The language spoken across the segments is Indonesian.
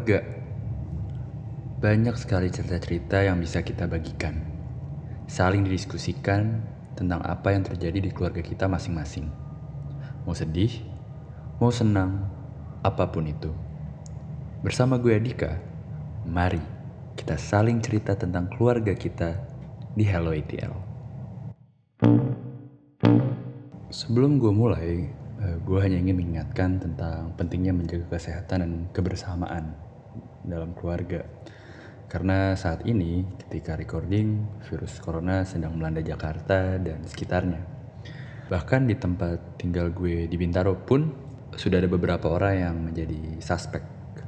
Keluarga. Banyak sekali cerita-cerita yang bisa kita bagikan. Saling didiskusikan tentang apa yang terjadi di keluarga kita masing-masing. Mau sedih, mau senang, apapun itu. Bersama gue Adika, mari kita saling cerita tentang keluarga kita di Hello ATL. Sebelum gue mulai, gue hanya ingin mengingatkan tentang pentingnya menjaga kesehatan dan kebersamaan dalam keluarga. Karena saat ini, ketika recording, virus corona sedang melanda Jakarta dan sekitarnya. Bahkan di tempat tinggal gue di Bintaro pun, sudah ada beberapa orang yang menjadi suspek.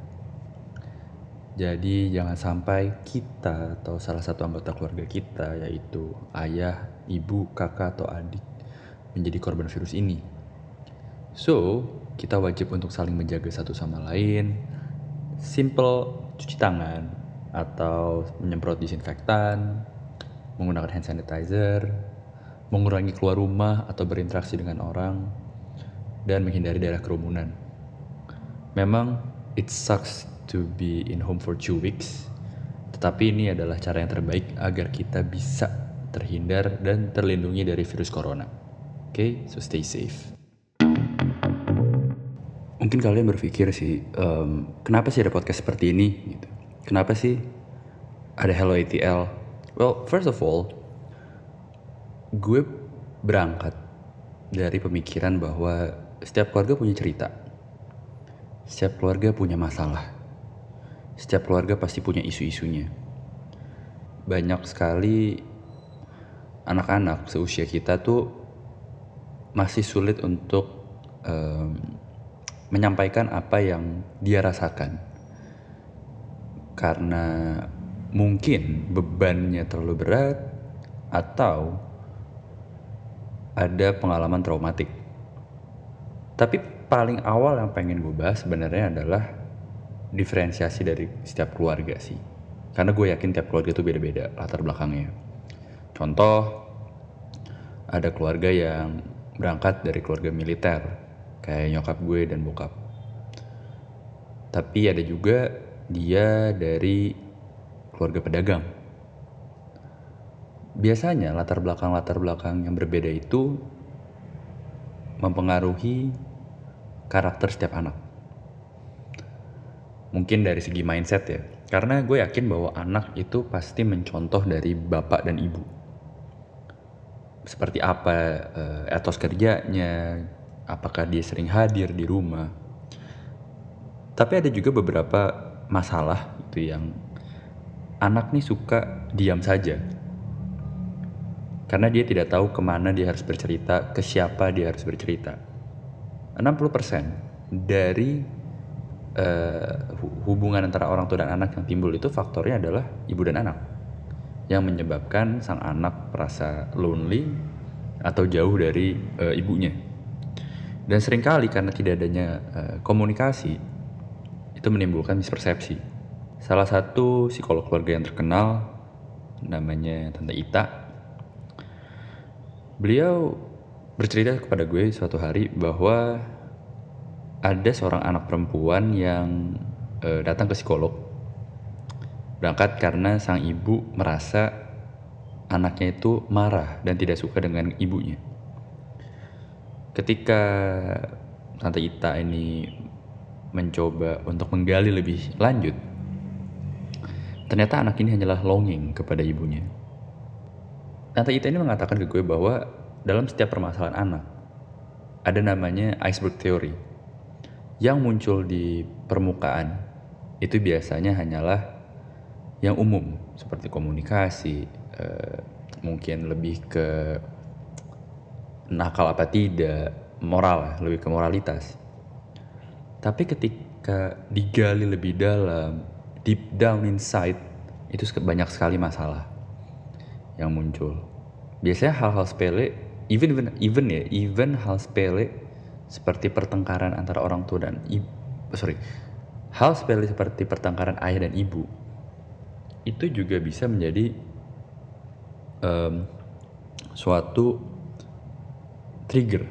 Jadi jangan sampai kita atau salah satu anggota keluarga kita, yaitu ayah, ibu, kakak, atau adik, menjadi korban virus ini. So, kita wajib untuk saling menjaga satu sama lain. Simple cuci tangan atau menyemprot disinfektan, menggunakan hand sanitizer, mengurangi keluar rumah atau berinteraksi dengan orang, dan menghindari daerah kerumunan. Memang it sucks to be in home for 2 weeks, tetapi ini adalah cara yang terbaik agar kita bisa terhindar dan terlindungi dari virus corona. Okay, so stay safe. Mungkin kalian berpikir sih, kenapa sih ada podcast seperti ini? Gitu. Kenapa sih ada Hello ATL? Well, first of all, gue berangkat dari pemikiran bahwa setiap keluarga punya cerita. Setiap keluarga punya masalah. Setiap keluarga pasti punya isu-isunya. Banyak sekali anak-anak seusia kita tuh masih sulit untuk menyampaikan apa yang dia rasakan. Karena mungkin bebannya terlalu berat atau ada pengalaman traumatik. Tapi paling awal yang pengen gue bahas sebenarnya adalah diferensiasi dari setiap keluarga sih. Karena gue yakin tiap keluarga itu beda-beda latar belakangnya. Contoh, ada keluarga yang berangkat dari keluarga militer, kayak nyokap gue dan bokap. Tapi ada juga dia dari keluarga pedagang. Biasanya latar belakang yang berbeda itu mempengaruhi karakter setiap anak. Mungkin dari segi mindset ya. Karena gue yakin bahwa anak itu pasti mencontoh dari bapak dan ibu. Seperti apa etos kerjanya, apakah dia sering hadir di rumah. Tapi ada juga beberapa masalah itu yang anak nih suka diam saja. Karena dia tidak tahu kemana dia harus bercerita, ke siapa dia harus bercerita. 60% dari hubungan antara orang tua dan anak yang timbul itu faktornya adalah ibu dan anak. Yang menyebabkan sang anak merasa lonely atau jauh dari ibunya. Dan seringkali karena tidak adanya komunikasi, itu menimbulkan mispersepsi. Salah satu psikolog keluarga yang terkenal, namanya Tante Ita, beliau bercerita kepada gue suatu hari bahwa ada seorang anak perempuan yang datang ke psikolog. Berangkat karena sang ibu merasa anaknya itu marah dan tidak suka dengan ibunya. Ketika Tante Ita ini mencoba untuk menggali lebih lanjut, ternyata anak ini hanyalah longing kepada ibunya. Tante Ita ini mengatakan ke gue bahwa dalam setiap permasalahan anak, ada namanya iceberg theory. Yang muncul di permukaan, itu biasanya hanyalah yang umum, seperti komunikasi, mungkin lebih ke nakal apa tidak, moral, lebih ke moralitas. Tapi ketika digali lebih dalam, deep down inside, itu banyak sekali masalah yang muncul. Biasanya hal-hal sepele, even hal sepele seperti pertengkaran antara orang tua dan hal sepele seperti pertengkaran ayah dan ibu, itu juga bisa menjadi suatu trigger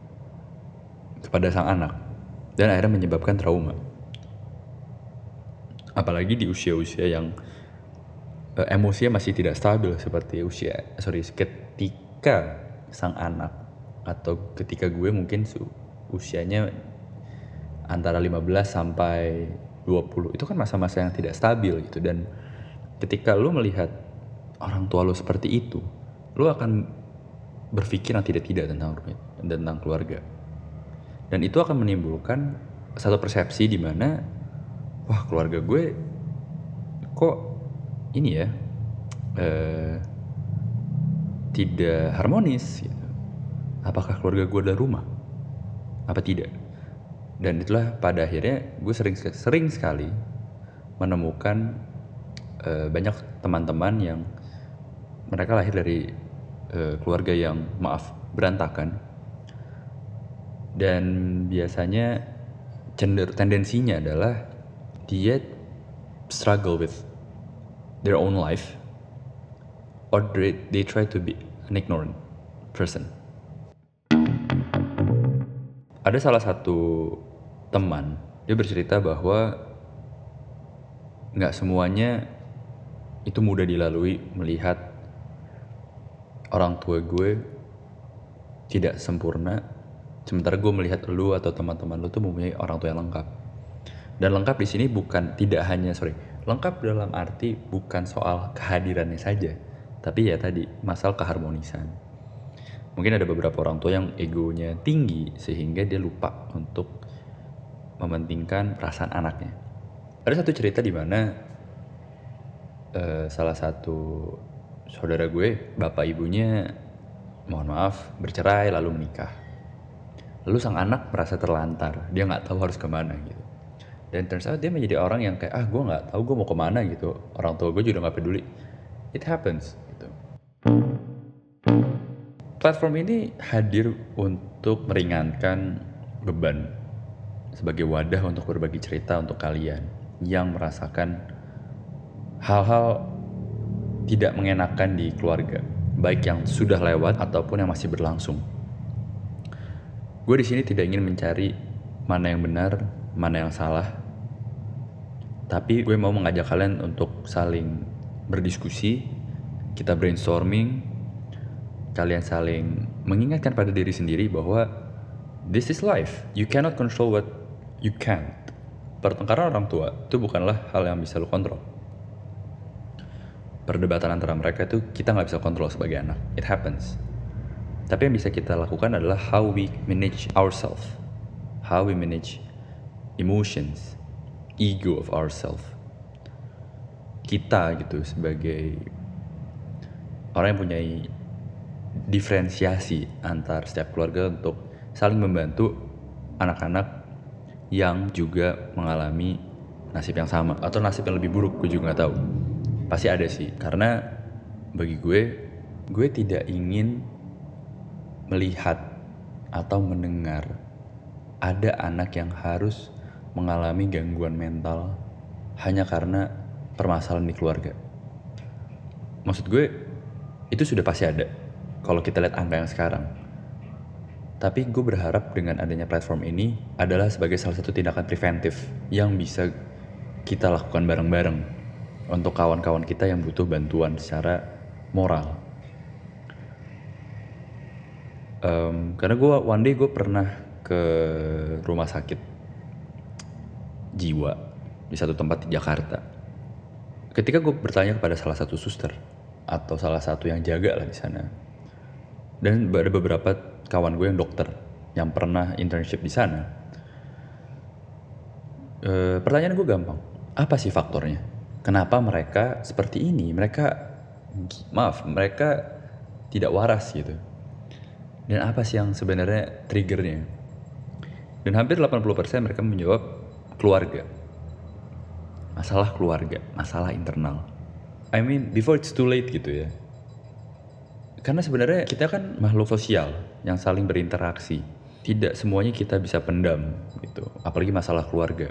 kepada sang anak dan akhirnya menyebabkan trauma. Apalagi di usia-usia yang emosinya masih tidak stabil seperti ketika sang anak atau ketika gue mungkin usianya antara 15 sampai 20. Itu kan masa-masa yang tidak stabil gitu. Dan ketika lu melihat orang tua lu seperti itu, lu akan berpikir yang tidak-tidak tentang keluarga. Dan itu akan menimbulkan satu persepsi di mana, wah, keluarga gue kok ini ya tidak harmonis gitu. Apakah keluarga gue ada rumah? Apa tidak? Dan itulah pada akhirnya gue sering sekali menemukan banyak teman-teman yang mereka lahir dari keluarga yang berantakan, dan biasanya tendensinya adalah dia struggle with their own life, or they try to be an ignorant person. Ada salah satu teman, dia bercerita bahwa gak semuanya itu mudah dilalui melihat orang tua gue tidak sempurna, sementara gue melihat lu atau teman-teman lu tuh mempunyai orang tua yang lengkap. Dan lengkap di sini lengkap dalam arti bukan soal kehadirannya saja, tapi ya tadi masalah keharmonisan. Mungkin ada beberapa orang tua yang egonya tinggi sehingga dia lupa untuk mementingkan perasaan anaknya. Ada satu cerita di mana salah satu saudara gue, bapak ibunya mohon maaf bercerai lalu menikah. Lalu sang anak merasa terlantar, dia nggak tahu harus kemana gitu. Dan turns out dia menjadi orang yang kayak, gue nggak tahu gue mau kemana gitu. Orang tua gue juga nggak peduli. It happens gitu. Platform ini hadir untuk meringankan beban sebagai wadah untuk berbagi cerita untuk kalian yang merasakan hal-hal tidak mengenakan di keluarga, baik yang sudah lewat ataupun yang masih berlangsung. Gue di sini tidak ingin mencari mana yang benar, mana yang salah, tapi gue mau mengajak kalian untuk saling berdiskusi, kita brainstorming, kalian saling mengingatkan pada diri sendiri bahwa this is life, you cannot control what you can't. Pertengkaran orang tua itu bukanlah hal yang bisa lo kontrol. Perdebatan antara mereka itu kita gak bisa kontrol sebagai anak, it happens. Tapi yang bisa kita lakukan adalah how we manage ourselves, how we manage emotions, ego of ourselves. Kita gitu sebagai orang yang punya diferensiasi antar setiap keluarga untuk saling membantu anak-anak yang juga mengalami nasib yang sama atau nasib yang lebih buruk. Gue juga gak tahu, pasti ada sih, karena bagi gue tidak ingin melihat atau mendengar ada anak yang harus mengalami gangguan mental hanya karena permasalahan di keluarga. Maksud gue itu sudah pasti ada kalau kita lihat angka yang sekarang. Tapi gue berharap dengan adanya platform ini adalah sebagai salah satu tindakan preventif yang bisa kita lakukan bareng-bareng untuk kawan-kawan kita yang butuh bantuan secara moral. Karena one day gue pernah ke rumah sakit jiwa di satu tempat di Jakarta. Ketika gue bertanya kepada salah satu suster atau salah satu yang jaga lah di sana, dan ada beberapa kawan gue yang dokter yang pernah internship di sana, pertanyaan gue gampang, apa sih faktornya? Kenapa mereka seperti ini? Mereka tidak waras gitu. Dan apa sih yang sebenarnya triggernya? Dan hampir 80% mereka menjawab keluarga. Masalah keluarga, masalah internal. I mean, before it's too late gitu ya. Karena sebenarnya kita kan makhluk sosial yang saling berinteraksi. Tidak semuanya kita bisa pendam gitu, apalagi masalah keluarga.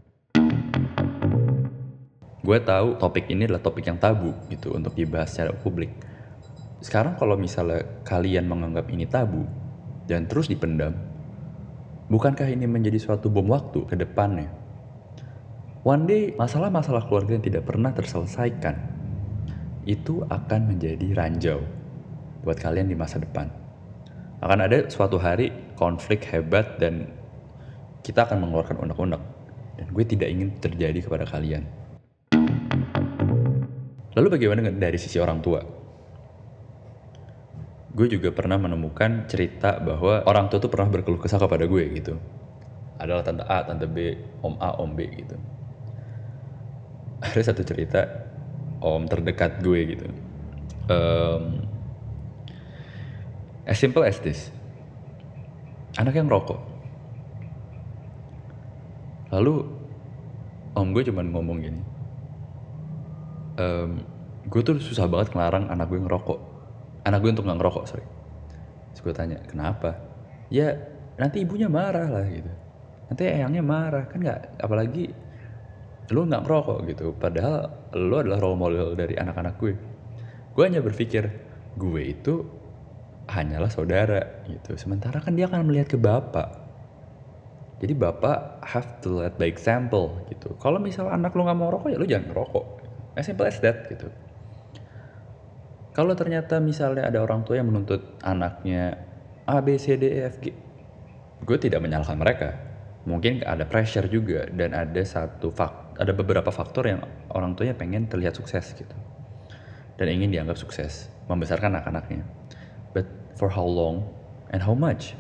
Gue tahu topik ini adalah topik yang tabu gitu untuk dibahas secara publik. Sekarang kalau misalnya kalian menganggap ini tabu dan terus dipendam, bukankah ini menjadi suatu bom waktu ke depannya? One day, masalah-masalah keluarga yang tidak pernah terselesaikan itu akan menjadi ranjau buat kalian di masa depan. Akan ada suatu hari konflik hebat dan kita akan mengeluarkan unek-unek. Dan gue tidak ingin terjadi kepada kalian. Lalu bagaimana dari sisi orang tua? Gue juga pernah menemukan cerita bahwa orang tua tuh pernah berkeluh kesah kepada gue gitu. Adalah tante A, tante B, om A, om B gitu. Ada satu cerita om terdekat gue gitu. As simple as this. Anaknya ngerokok. Lalu om gue cuman ngomong gini. Gue tuh susah banget ngelarang anak gue ngerokok. Anak gue untuk gak ngerokok, sorry. Terus gue tanya, kenapa? Ya nanti ibunya marah lah gitu. Nanti eyangnya marah, kan gak, apalagi lu gak ngerokok gitu. Padahal lu adalah role model dari anak-anak gue. Gue hanya berpikir, gue itu hanyalah saudara gitu. Sementara kan dia akan melihat ke bapak. Jadi bapak have to let by example gitu. Kalau misal anak lu gak mau ngerokok, ya lu jangan ngerokok. As simple as that gitu. Kalau ternyata misalnya ada orang tua yang menuntut anaknya A, B, C, D, E, F, G, gue tidak menyalahkan mereka. Mungkin ada pressure juga dan ada beberapa faktor yang orang tuanya pengen terlihat sukses gitu. Dan ingin dianggap sukses, membesarkan anak-anaknya. But for how long and how much?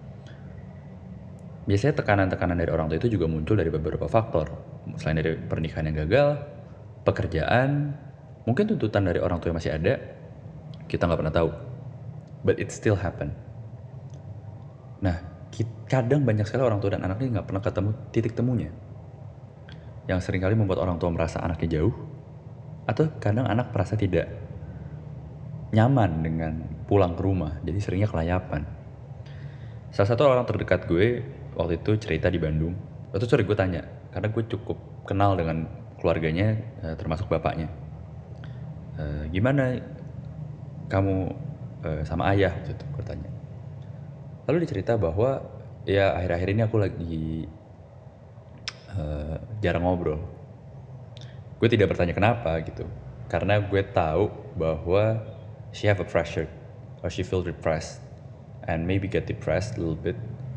Biasanya tekanan-tekanan dari orang tua itu juga muncul dari beberapa faktor. Selain dari pernikahan yang gagal, pekerjaan, mungkin tuntutan dari orang tua yang masih ada, kita nggak pernah tahu. But it still happen. Nah, kadang banyak sekali orang tua dan anaknya nggak pernah ketemu titik temunya. Yang seringkali membuat orang tua merasa anaknya jauh, atau kadang anak merasa tidak nyaman dengan pulang ke rumah, jadi seringnya kelayapan. Salah satu orang terdekat gue waktu itu cerita di Bandung. Sorry gue tanya, karena gue cukup kenal dengan keluarganya, termasuk bapaknya. Gimana kamu sama ayah gitu, gue tanya. Lalu dicerita bahwa ya akhir-akhir ini aku lagi jarang ngobrol. Gue tidak bertanya kenapa gitu, karena gue tahu bahwa she have a pressure or she feel depressed and maybe get depressed a little bit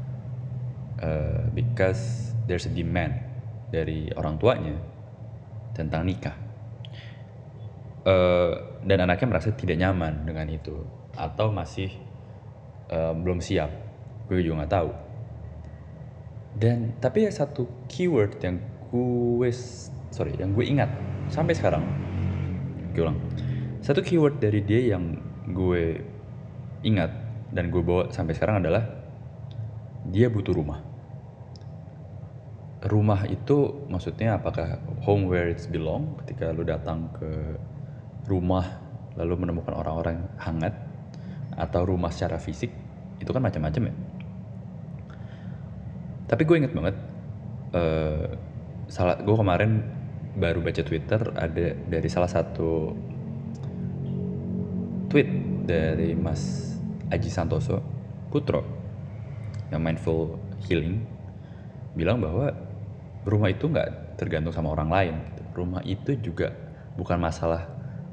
because there's a demand dari orang tuanya tentang nikah. Dan anaknya merasa tidak nyaman dengan itu atau masih belum siap, gue juga nggak tahu. Dan tapi ya satu keyword yang gue ingat sampai sekarang, gue ulang, satu keyword dari dia yang gue ingat dan gue bawa sampai sekarang adalah dia butuh rumah. Rumah itu maksudnya apakah home where it belong, ketika lu datang ke rumah lalu menemukan orang-orang hangat, atau rumah secara fisik, itu kan macam-macam ya. Tapi gue inget banget, gue kemarin baru baca Twitter, ada dari salah satu tweet dari Mas Aji Santoso Putro yang mindful healing, bilang bahwa rumah itu nggak tergantung sama orang lain. Rumah itu juga bukan masalah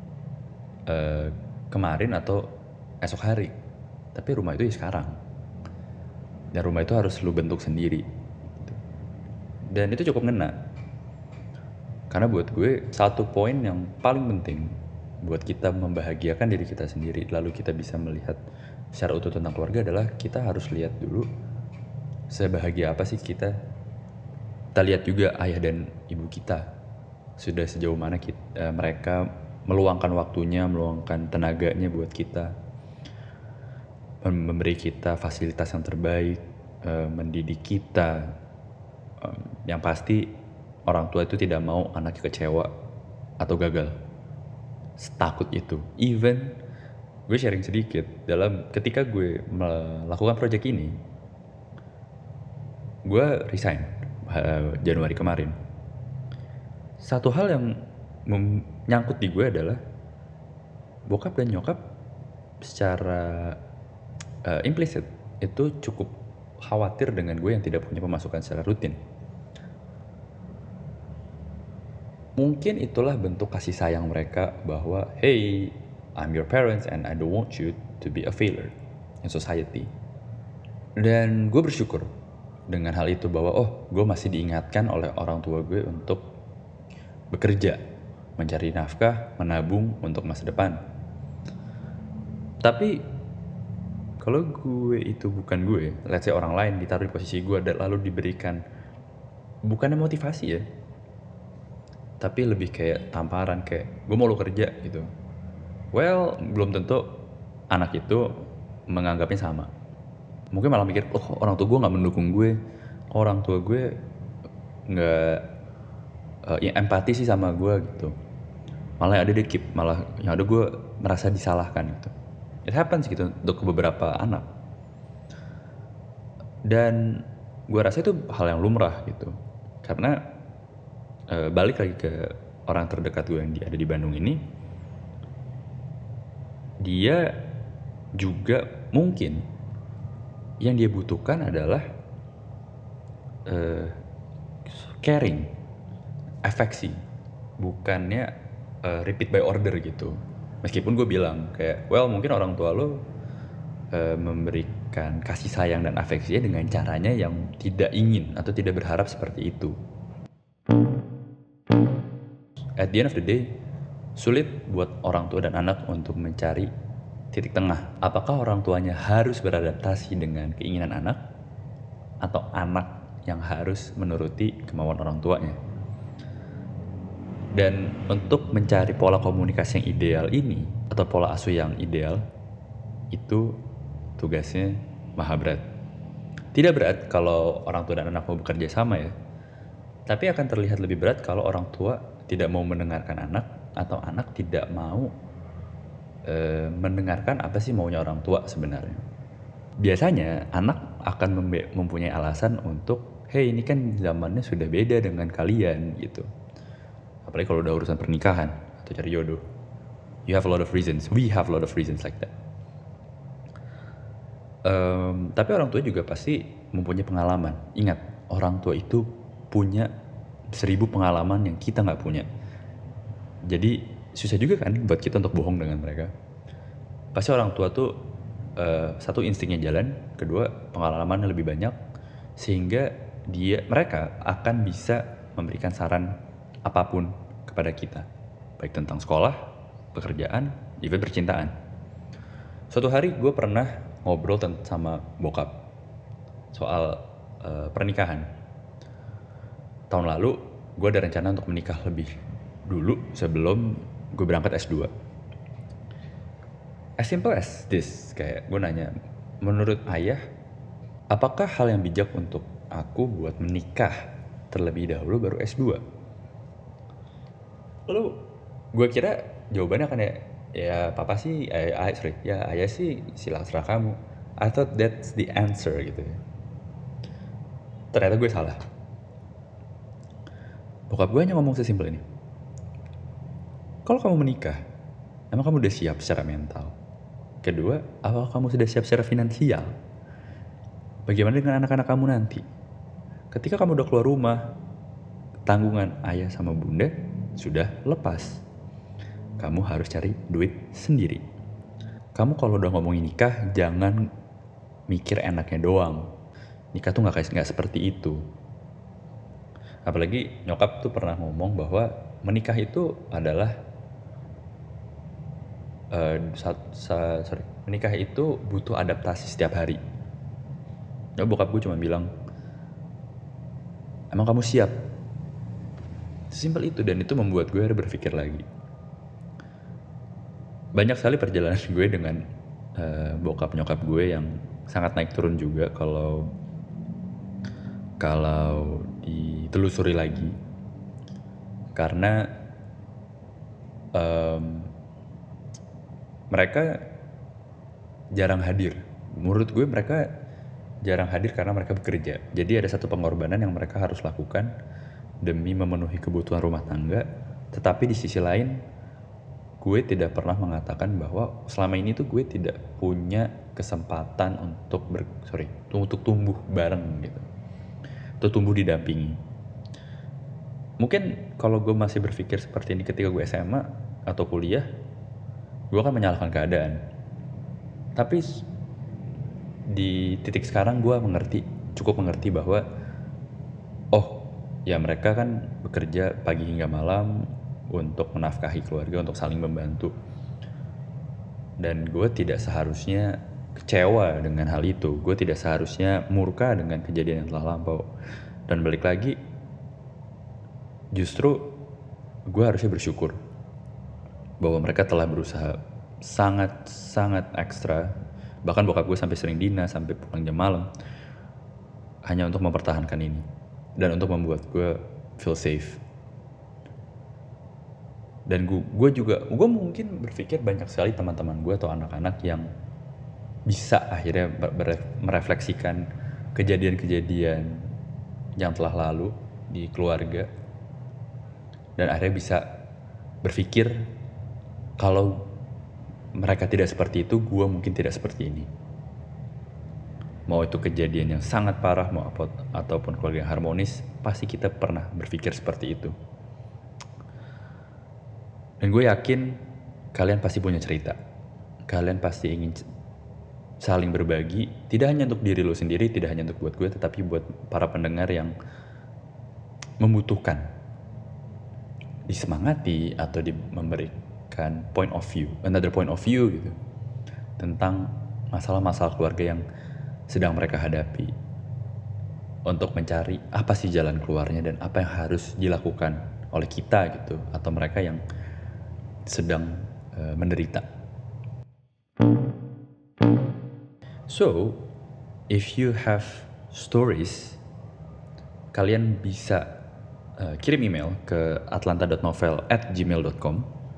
kemarin atau esok hari, tapi rumah itu ya sekarang. Dan rumah itu harus lu bentuk sendiri. Dan itu cukup ngena. Karena buat gue satu poin yang paling penting buat kita membahagiakan diri kita sendiri, lalu kita bisa melihat secara utuh tentang keluarga, adalah kita harus lihat dulu sebahagia apa sih kita. Kita lihat juga ayah dan ibu kita, sudah sejauh mana mereka meluangkan waktunya, meluangkan tenaganya buat kita, memberi kita fasilitas yang terbaik, mendidik kita. Yang pasti orang tua itu tidak mau anaknya kecewa atau gagal. Setakut itu. Even gue sharing sedikit, ketika gue melakukan project ini, gue resign Januari kemarin. Satu hal yang menyangkut di gue adalah bokap dan nyokap secara implicit itu cukup khawatir dengan gue yang tidak punya pemasukan secara rutin. Mungkin itulah bentuk kasih sayang mereka bahwa, hey, I'm your parents and I don't want you to be a failure in society. Dan gue bersyukur dengan hal itu bahwa gue masih diingatkan oleh orang tua gue untuk bekerja, mencari nafkah, menabung untuk masa depan. Tapi kalau gue itu bukan gue, let's say orang lain ditaruh di posisi gue dan lalu diberikan bukannya motivasi ya, tapi lebih kayak tamparan, kayak gue mau lo kerja gitu. Well, belum tentu anak itu menganggapnya sama. Mungkin malah mikir, orang tua gue gak mendukung gue, orang tua gue gak empati sih sama gue gitu. Malah ada malah yang ada gue merasa disalahkan gitu. It happens gitu untuk beberapa anak. Dan gue rasa itu hal yang lumrah gitu. Karena balik lagi ke orang terdekat gue yang ada di Bandung ini, dia juga mungkin yang dia butuhkan adalah caring, afeksi, bukannya repeat by order gitu. Meskipun gue bilang kayak, well mungkin orang tua lo memberikan kasih sayang dan afeksinya dengan caranya yang tidak ingin atau tidak berharap seperti itu. At the end of the day, sulit buat orang tua dan anak untuk mencari titik tengah. Apakah orang tuanya harus beradaptasi dengan keinginan anak, atau anak yang harus menuruti kemauan orang tuanya? Dan untuk mencari pola komunikasi yang ideal ini, atau pola asuh yang ideal, itu tugasnya maha berat. Tidak berat kalau orang tua dan anak mau bekerja sama ya, tapi akan terlihat lebih berat kalau orang tua tidak mau mendengarkan anak, atau anak tidak mau mendengarkan apa sih maunya orang tua sebenarnya. Biasanya anak akan mempunyai alasan untuk, hey ini kan zamannya sudah beda dengan kalian gitu. Apalagi kalau udah urusan pernikahan atau cari jodoh. You have a lot of reasons, we have a lot of reasons like that. Tapi orang tua juga pasti mempunyai pengalaman. Ingat, orang tua itu punya 1000 pengalaman yang kita gak punya. Jadi susah juga kan buat kita untuk bohong dengan mereka. Pasti orang tua tuh satu, instingnya jalan, kedua pengalamannya lebih banyak, sehingga mereka akan bisa memberikan saran apapun kepada kita, baik tentang sekolah, pekerjaan, even percintaan. Suatu hari gue pernah ngobrol sama bokap soal pernikahan. Tahun lalu gue ada rencana untuk menikah lebih dulu sebelum gue berangkat S2. As simple as this, kayak gue nanya, menurut ayah, apakah hal yang bijak untuk aku buat menikah terlebih dahulu baru S2? Lalu gue kira jawabannya akan ya papa sih, ayah sih serah kamu. I thought that's the answer gitu ya. Ternyata gue salah. Bokap gue hanya ngomong sesimpel ini. Kalau kamu menikah, emang kamu udah siap secara mental? Kedua, apakah kamu sudah siap secara finansial? Bagaimana dengan anak-anak kamu nanti? Ketika kamu udah keluar rumah, tanggungan ayah sama bunda sudah lepas. Kamu harus cari duit sendiri. Kamu kalau udah ngomongin nikah, jangan mikir enaknya doang. Nikah tuh gak seperti itu. Apalagi nyokap tuh pernah ngomong bahwa menikah itu adalah menikah itu butuh adaptasi setiap hari. Ya, bokap gue cuma bilang, emang kamu siap? Sesimpel itu, dan itu membuat gue berpikir lagi. Banyak sekali perjalanan gue dengan bokap nyokap gue yang sangat naik turun juga kalau ditelusuri lagi. Karena mereka jarang hadir. Menurut gue mereka jarang hadir karena mereka bekerja. Jadi ada satu pengorbanan yang mereka harus lakukan demi memenuhi kebutuhan rumah tangga. Tetapi di sisi lain, gue tidak pernah mengatakan bahwa selama ini tuh gue tidak punya kesempatan untuk tumbuh bareng gitu. Atau tumbuh didampingi. Mungkin kalau gue masih berpikir seperti ini ketika gue SMA atau kuliah, gue akan menyalahkan keadaan. Tapi di titik sekarang gue cukup mengerti bahwa oh ya mereka kan bekerja pagi hingga malam untuk menafkahi keluarga, untuk saling membantu. Dan gue tidak seharusnya kecewa dengan hal itu. Gue tidak seharusnya murka dengan kejadian yang telah lampau. Dan balik lagi, justru gue harusnya bersyukur bahwa mereka telah berusaha sangat ekstra. Bahkan bokap gue sampai sering dinas, sampai pulang jam malam, hanya untuk mempertahankan ini dan untuk membuat gue feel safe. Dan gue mungkin berpikir banyak sekali teman-teman gue atau anak-anak yang bisa akhirnya merefleksikan kejadian-kejadian yang telah lalu di keluarga, dan akhirnya bisa berpikir kalau mereka tidak seperti itu, gue mungkin tidak seperti ini. Mau itu kejadian yang sangat parah ataupun keluarga yang harmonis, pasti kita pernah berpikir seperti itu. Dan gue yakin kalian pasti punya cerita. Kalian pasti ingin saling berbagi, tidak hanya untuk diri lo sendiri, tidak hanya untuk buat gue, tetapi buat para pendengar yang membutuhkan disemangati atau memberikan another point of view gitu, tentang masalah-masalah keluarga yang sedang mereka hadapi, untuk mencari apa sih jalan keluarnya dan apa yang harus dilakukan oleh kita gitu, atau mereka yang sedang menderita. So, if you have stories, kalian bisa kirim email ke atlanta.novel@gmail.com.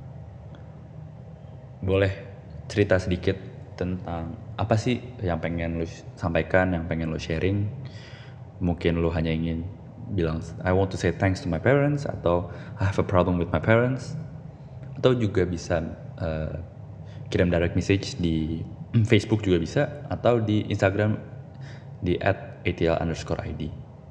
Boleh cerita sedikit tentang apa sih yang pengen lo sampaikan, yang pengen lo sharing. Mungkin lo hanya ingin bilang, I want to say thanks to my parents, atau I have a problem with my parents. Atau juga bisa kirim direct message di Facebook juga bisa, atau di Instagram di @atl_id.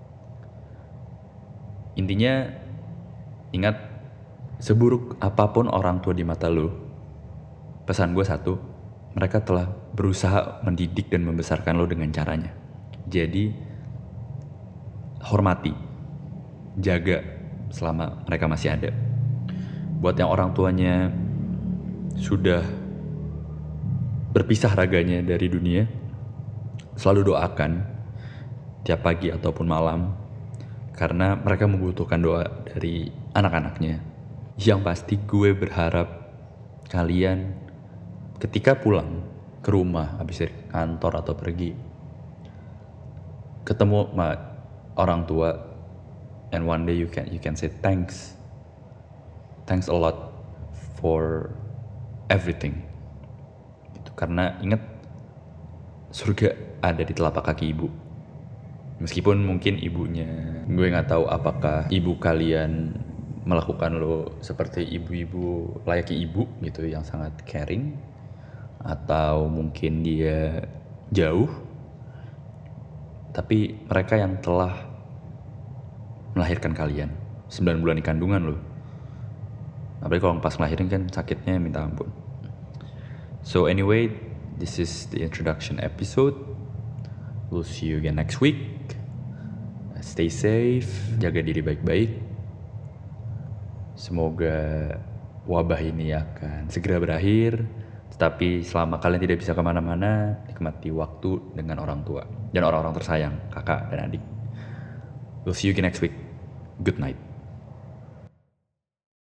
Intinya, ingat, seburuk apapun orang tua di mata lo, pesan gue satu, mereka telah berusaha mendidik dan membesarkan lo dengan caranya. Jadi, hormati, jaga selama mereka masih ada. Buat yang orang tuanya sudah berpisah raganya dari dunia, selalu doakan tiap pagi ataupun malam, karena mereka membutuhkan doa dari anak-anaknya. Yang pasti gue berharap kalian ketika pulang ke rumah habis dari kantor atau pergi, ketemu sama orang tua, and one day you can say thanks a lot for everything gitu. Karena ingat, surga ada di telapak kaki ibu. Meskipun mungkin ibunya, gue gak tahu apakah ibu kalian melakukan lo seperti ibu-ibu layaknya ibu gitu, yang sangat caring, atau mungkin dia jauh. Tapi mereka yang telah melahirkan kalian 9 bulan di kandungan lo. Apalagi kalau pas ngelahirin kan sakitnya minta ampun. So anyway, this is the introduction episode. We'll see you again next week. Stay safe, jaga diri baik-baik. Semoga wabah ini akan segera berakhir. Tetapi selama kalian tidak bisa kemana-mana, nikmati waktu dengan orang tua dan orang-orang tersayang, kakak dan adik. We'll see you again next week. Good night.